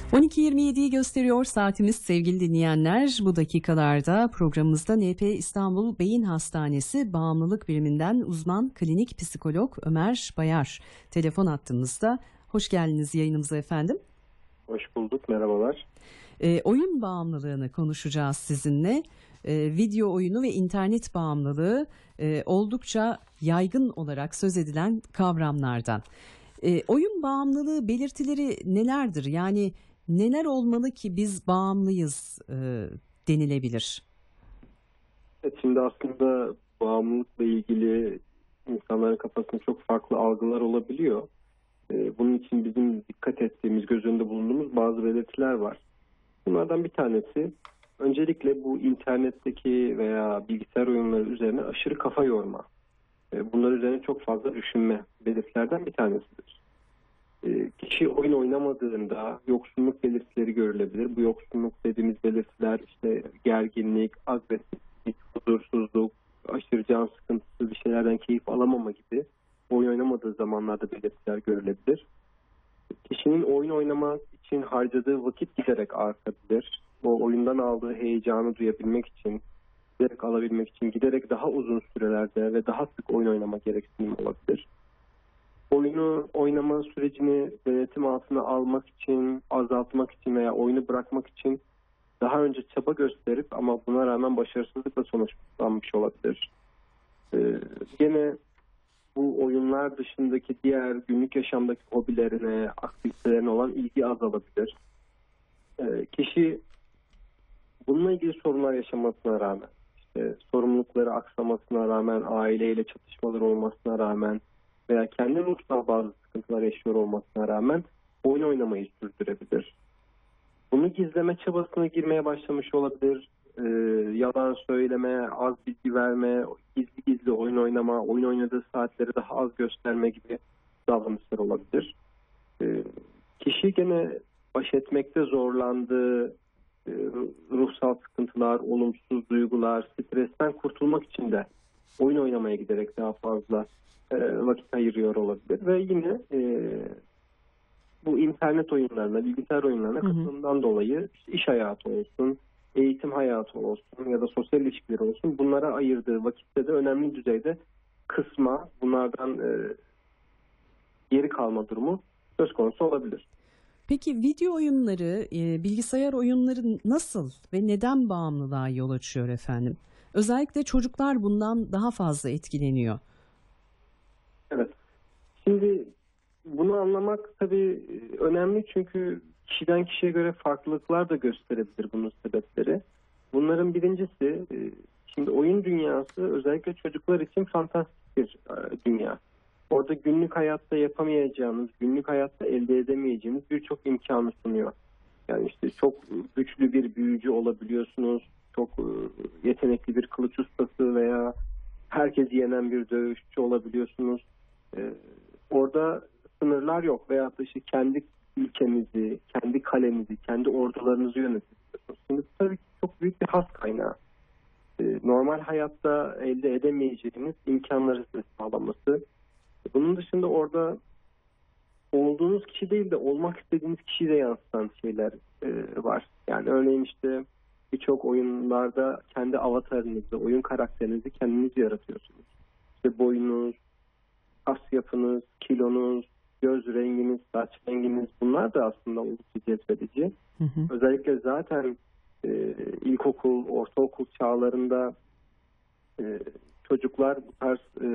12.27'yi gösteriyor saatimiz sevgili dinleyenler. Bu dakikalarda programımızda NP İstanbul Beyin Hastanesi Bağımlılık Biriminden uzman klinik psikolog Ömer Bayar telefon hattımızda. Hoş geldiniz yayınımıza efendim. Hoş bulduk, merhabalar. Oyun bağımlılığını konuşacağız sizinle. Video oyunu ve internet bağımlılığı oldukça yaygın olarak söz edilen kavramlardan. Oyun bağımlılığı belirtileri nelerdir? Yani neler olmalı ki biz bağımlıyız denilebilir? Evet, şimdi aslında bağımlılıkla ilgili insanların kafasında çok farklı algılar olabiliyor. Bunun için bizim dikkat ettiğimiz, göz önünde bulunduğumuz bazı belirtiler var. Bunlardan bir tanesi, öncelikle bu internetteki veya bilgisayar oyunları üzerine aşırı kafa yorma. Bunlar üzerine çok fazla düşünme belirtilerden bir tanesidir. Kişi oyun oynamadığında yoksunluk belirtileri görülebilir. Bu yoksunluk dediğimiz belirtiler işte gerginlik, agresiflik, huzursuzluk, aşırı can sıkıntısı, bir şeylerden keyif alamama gibi oyun oynamadığı zamanlarda belirtiler görülebilir. Kişinin oyun oynamak için harcadığı vakit giderek artabilir. O oyundan aldığı heyecanı duyabilmek için, giderek alabilmek için giderek daha uzun sürelerde ve daha sık oyun oynama gereksinimi olabilir. Oyunu oynama sürecini denetim altına almak için, azaltmak için veya oyunu bırakmak için daha önce çaba gösterip ama buna rağmen başarısızlıkla sonuçlanmış olabilir. Gene bu oyunlar dışındaki diğer günlük yaşamdaki hobilerine, aktivitelerine olan ilgi azalabilir. Kişi bununla ilgili sorunlar yaşamasına rağmen, işte sorumlulukları aksamasına rağmen, aileyle çatışmalar olmasına rağmen veya kendi ruhsal bazı sıkıntılar yaşıyor olmasına rağmen oyun oynamayı sürdürebilir. Bunu gizleme çabasına girmeye başlamış olabilir. Yalan söyleme, az bilgi verme, gizli gizli oyun oynama, oyun oynadığı saatleri daha az gösterme gibi davranışlar olabilir. Kişi gene baş etmekte zorlandığı ruhsal sıkıntılar, olumsuz duygular, stresten kurtulmak için de oyun oynamaya giderek daha fazla vakit ayırıyor olabilir. Ve yine bu internet oyunlarına, bilgisayar oyunlarına katılımdan dolayı işte iş hayatı olsun, eğitim hayatı olsun ya da sosyal ilişkileri olsun, bunlara ayırdığı vakitte de önemli düzeyde kısma, bunlardan geri kalma durumu söz konusu olabilir. Peki video oyunları, bilgisayar oyunları nasıl ve neden bağımlılığa yol açıyor efendim? Özellikle çocuklar bundan daha fazla etkileniyor. Evet. Şimdi bunu anlamak tabii önemli, çünkü kişiden kişiye göre farklılıklar da gösterebilir bunun sebepleri. Bunların birincisi, şimdi oyun dünyası özellikle çocuklar için fantastik bir dünya. Orada günlük hayatta yapamayacağınız, günlük hayatta elde edemeyeceğiniz birçok imkanı sunuyor. Yani işte çok güçlü bir büyücü olabiliyorsunuz, çok yetenekli bir kılıç ustası veya herkesi yenen bir dövüşçü olabiliyorsunuz. Orada sınırlar yok veya da işte kendi ülkenizi, kendi kalenizi, kendi ordularınızı yönetiyorsunuz. Şimdi tabii ki çok büyük bir haz kaynağı. Normal hayatta elde edemeyeceğiniz imkanları size sağlaması. Bunun dışında orada olduğunuz kişi değil de olmak istediğiniz kişiyi de yansıtan şeyler var. Yani örneğin işte birçok oyunlarda kendi avatarınızı, oyun karakterinizi kendiniz yaratıyorsunuz. İşte boyunuz, kas yapınız, kilonuz, göz renginiz, saç renginiz, bunlar da aslında oldukça cezbedici. Özellikle zaten ilkokul, ortaokul çağlarında çocuklar bu tarz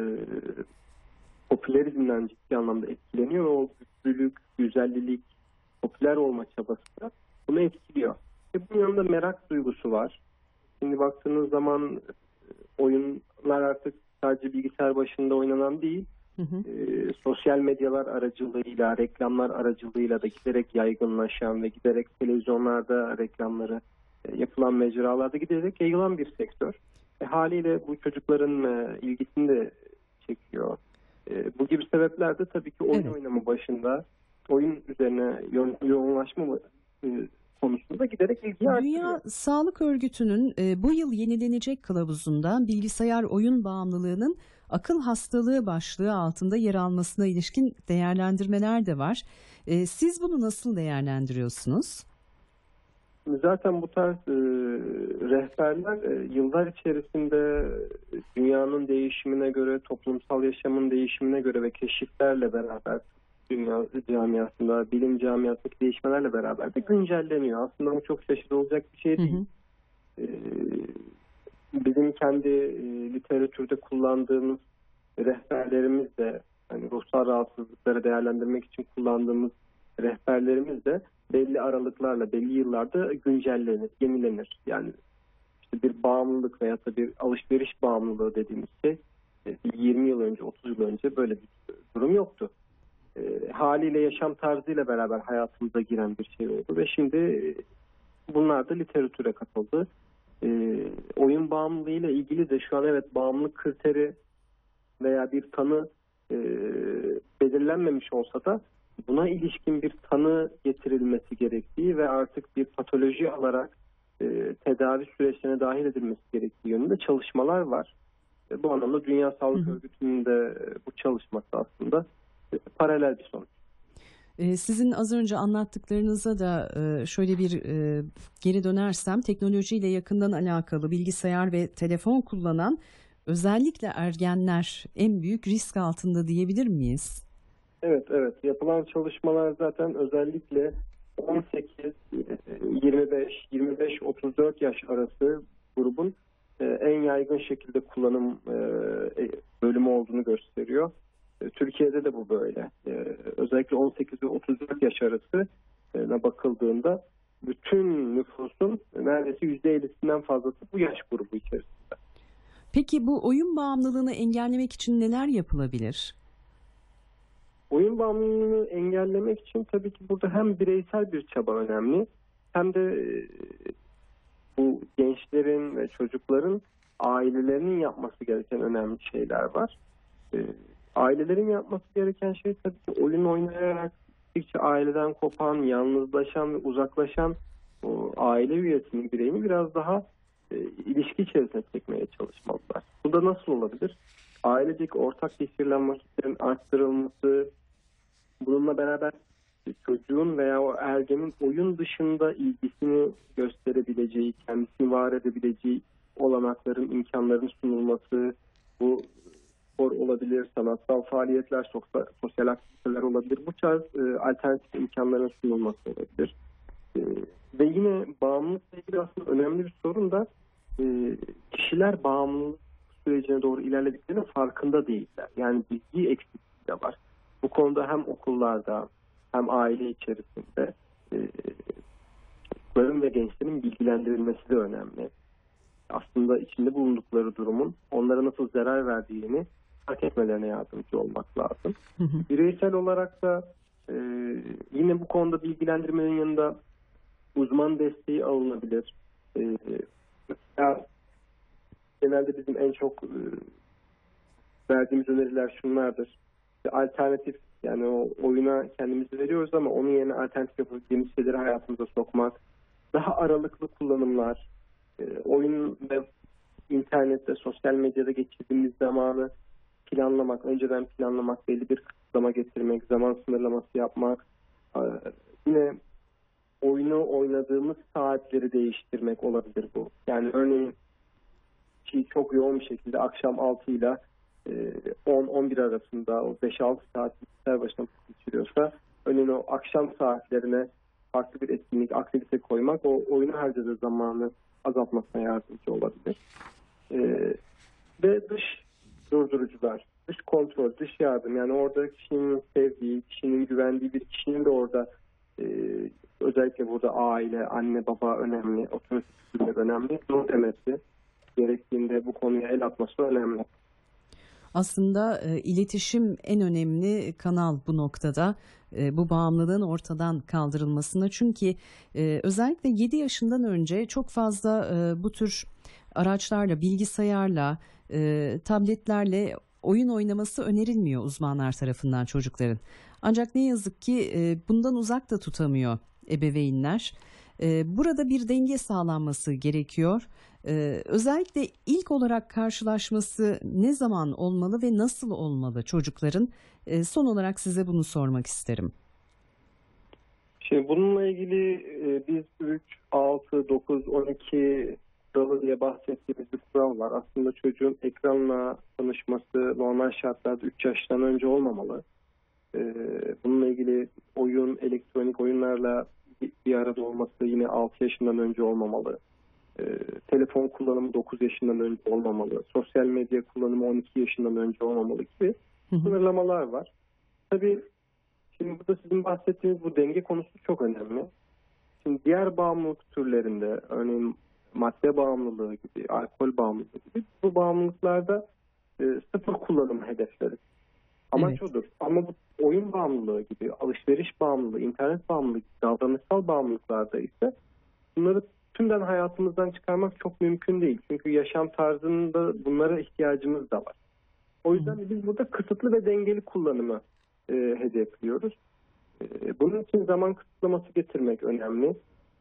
popülerizmden ciddi anlamda etkileniyor. O güçlülük, güzellik, popüler olma çabası da bunu etkiliyor. Bunun yanında merak duygusu var. Şimdi baktığınız zaman oyunlar artık sadece bilgisayar başında oynanan değil, sosyal medyalar aracılığıyla, reklamlar aracılığıyla da giderek yaygınlaşan ve giderek televizyonlarda reklamları yapılan mecralarda giderek yayılan bir sektör. Haliyle bu çocukların ilgisini de çekiyor. Bu gibi sebepler de tabii ki oyun oynama başında, oyun üzerine yoğunlaşma konusunda giderek ilgi artırıyor. Dünya Sağlık Örgütü'nün bu yıl yenilenecek kılavuzunda bilgisayar oyun bağımlılığının akıl hastalığı başlığı altında yer almasına ilişkin değerlendirmeler de var. Siz bunu nasıl değerlendiriyorsunuz? Zaten bu tarz rehberler yıllar içerisinde dünyanın değişimine göre, toplumsal yaşamın değişimine göre ve keşiflerle beraber dünya camiasında, bilim camiasındaki değişmelerle beraber de güncelleniyor. Aslında bu çok şaşırılacak bir şey Hı değil. hı. E, Bizim kendi literatürde kullandığımız rehberlerimiz de, hani ruhsal rahatsızlıkları değerlendirmek için kullandığımız rehberlerimiz de belli aralıklarla, belli yıllarda güncellenir, yenilenir. Yani işte bir bağımlılık veya da bir alışveriş bağımlılığı dediğimiz şey 20 yıl önce, 30 yıl önce böyle bir durum yoktu. Haliyle yaşam tarzıyla beraber hayatımıza giren bir şey oldu ve şimdi bunlar da literatüre katıldı. Oyun bağımlılığıyla ilgili de şu an evet bağımlılık kriteri veya bir tanı belirlenmemiş olsa da buna ilişkin bir tanı getirilmesi gerektiği ve artık bir patoloji alarak tedavi süreçlerine dahil edilmesi gerektiği yönünde çalışmalar var. Bu anlamda Dünya Sağlık Örgütü'nün de bu çalışması aslında paralel bir sonuç. Sizin az önce anlattıklarınıza da şöyle bir geri dönersem, teknolojiyle yakından alakalı bilgisayar ve telefon kullanan özellikle ergenler en büyük risk altında diyebilir miyiz? Evet, evet. Yapılan çalışmalar zaten özellikle 18, 25, 25-34 yaş arası grubun en yaygın şekilde kullanım bölümü olduğunu gösteriyor. Türkiye'de de bu böyle. Özellikle 18 ve 34 yaş arasına bakıldığında bütün nüfusun neredeyse %50'sinden fazlası bu yaş grubu içerisinde. Peki bu oyun bağımlılığını engellemek için neler yapılabilir? Oyun bağımlılığını engellemek için tabii ki burada hem bireysel bir çaba önemli hem de bu gençlerin ve çocukların ailelerinin yapması gereken önemli şeyler var. Ailelerin yapması gereken şey tabii ki oyun oynayarak gittikçe aileden kopan, yalnızlaşan ve uzaklaşan o aile üyesinin, bireyini biraz daha ilişki içerisine çekmeye çalışmalılar. Bu da nasıl olabilir? Ailecek ortak geçirilen vakitlerin arttırılması, bununla beraber çocuğun veya o ergenin oyun dışında ilgisini gösterebileceği, kendisini var edebileceği olanakların, imkanların sunulması, bu spor olabilir, sanatsal faaliyetler, sosyal aktiviteler olabilir. Bu tarz alternatif imkanların sunulması olabilir. Ve yine bağımlılıkla ilgili aslında önemli bir sorun da kişiler bağımlılık sürecine doğru ilerlediklerinin farkında değiller. Yani bilgi eksikliği de var. Bu konuda hem okullarda hem aile içerisinde çocukların ve gençlerin bilgilendirilmesi de önemli. Aslında içinde bulundukları durumun onlara nasıl zarar verdiğini fark etmelerine yardımcı olmak lazım. Bireysel olarak da yine bu konuda bilgilendirmenin yanında uzman desteği alınabilir. Mesela genelde bizim en çok verdiğimiz öneriler şunlardır. Alternatif, yani o oyuna kendimizi veriyoruz ama onun yerine alternatif yapabildiğimiz şeyleri hayatımıza sokmak. Daha aralıklı kullanımlar, oyun ve internette, sosyal medyada geçirdiğimiz zamanı planlamak, önceden planlamak, belli bir kısıtlama getirmek, zaman sınırlaması yapmak, yine oyunu oynadığımız saatleri değiştirmek olabilir bu. Yani örneğin çok yoğun bir şekilde akşam 6 ile 10-11 arasında o 5-6 saat bilgisayar başına geçiriyorsa örneğin o akşam saatlerine farklı bir etkinlik, aktivite koymak o oyunu harcadığı zamanı azaltmasına yardımcı olabilir. Ve dış durdurucular, dış kontrol, dış yardım, yani orada kişinin sevdiği, kişinin güvendiği bir kişinin de orada özellikle burada aile, anne, baba önemli, otomatik figürler önemli. Dur demesi gerektiğinde bu konuya el atması önemli. Aslında iletişim en önemli kanal bu noktada, bu bağımlılığın ortadan kaldırılmasına. Çünkü özellikle 7 yaşından önce çok fazla bu tür araçlarla, bilgisayarla, tabletlerle oyun oynaması önerilmiyor uzmanlar tarafından çocukların. Ancak ne yazık ki bundan uzak da tutamıyor ebeveynler. Burada bir denge sağlanması gerekiyor. Özellikle ilk olarak karşılaşması ne zaman olmalı ve nasıl olmalı çocukların? Son olarak size bunu sormak isterim. Şimdi bununla ilgili biz 3, 6, 9, 12 kuralı diye bahsettiğimiz bir kural var. Aslında çocuğun ekranla tanışması normal şartlarda 3 yaştan önce olmamalı. Bununla ilgili elektronik oyunlarla bir arada olması yine 6 yaşından önce olmamalı. Telefon kullanımı 9 yaşından önce olmamalı. Sosyal medya kullanımı 12 yaşından önce olmamalı gibi sınırlamalar var. Tabii şimdi burada sizin bahsettiğiniz bu denge konusu çok önemli. Şimdi diğer bağımlılık türlerinde, örneğin madde bağımlılığı gibi, alkol bağımlılığı gibi bu bağımlılıklarda sıfır kullanımı hedefleriz. Amaç odur. Ama bu oyun bağımlılığı gibi, alışveriş bağımlılığı, internet bağımlılığı, davranışsal bağımlılıklarda ise bunları tümden hayatımızdan çıkarmak çok mümkün değil. Çünkü yaşam tarzında bunlara ihtiyacımız da var. O yüzden biz burada kısıtlı ve dengeli kullanımı hedefliyoruz. Bunun için zaman kısıtlaması getirmek önemli.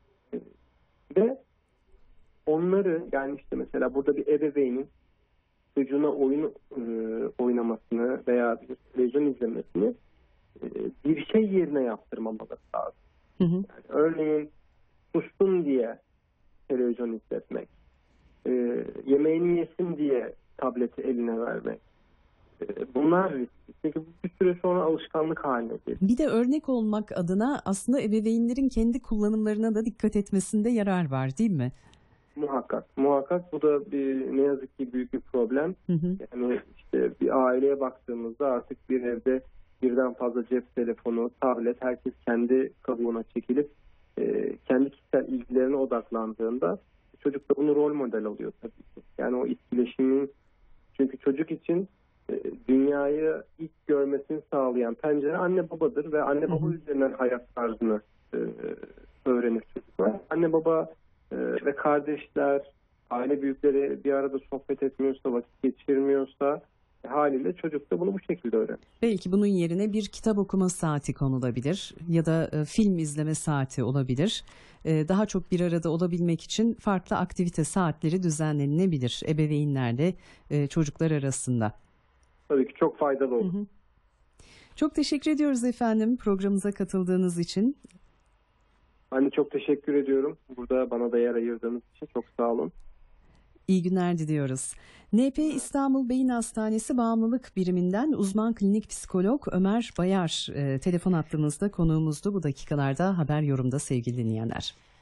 Ve onları, yani işte mesela burada bir ebeveynin çocuğuna oyun oynamasını veya bir televizyon izlemesini bir şey yerine yaptırmamaları lazım. Yani örneğin sussun diye televizyon izletmek, yemeğini yesin diye tableti eline vermek. Bunlar riskli. Çünkü bir süre sonra alışkanlık haline gelir. Bir de örnek olmak adına aslında ebeveynlerin kendi kullanımlarına da dikkat etmesinde yarar var, değil mi? Muhakkak. Muhakkak bu da ne yazık ki büyük bir problem. Yani işte bir aileye baktığımızda artık bir evde birden fazla cep telefonu, tablet, herkes kendi kabuğuna çekilip kendi kişisel ilgilerine odaklandığında çocuk da bunu rol model alıyor tabii ki. Yani o etkileşimin, çünkü çocuk için dünyayı ilk görmesini sağlayan pencere anne babadır ve anne baba üzerinden hayat tarzını öğrenir çocuklar. Anne baba ve kardeşler, aile büyükleri bir arada sohbet etmiyorsa, vakit geçirmiyorsa haliyle çocuk da bunu bu şekilde öğrenir. Belki bunun yerine bir kitap okuma saati konulabilir ya da film izleme saati olabilir. Daha çok bir arada olabilmek için farklı aktivite saatleri düzenlenilebilir ebeveynlerle çocuklar arasında. Tabii ki çok faydalı olur. Çok teşekkür ediyoruz efendim programımıza katıldığınız için. Ben de çok teşekkür ediyorum. Burada bana da yer ayırdığınız için çok sağ olun. İyi günler diliyoruz. NP İstanbul Beyin Hastanesi Bağımlılık Biriminden uzman klinik psikolog Ömer Bayar telefon hattımızda konuğumuzdu. Bu dakikalarda Haber Yorum'da sevgili dinleyenler.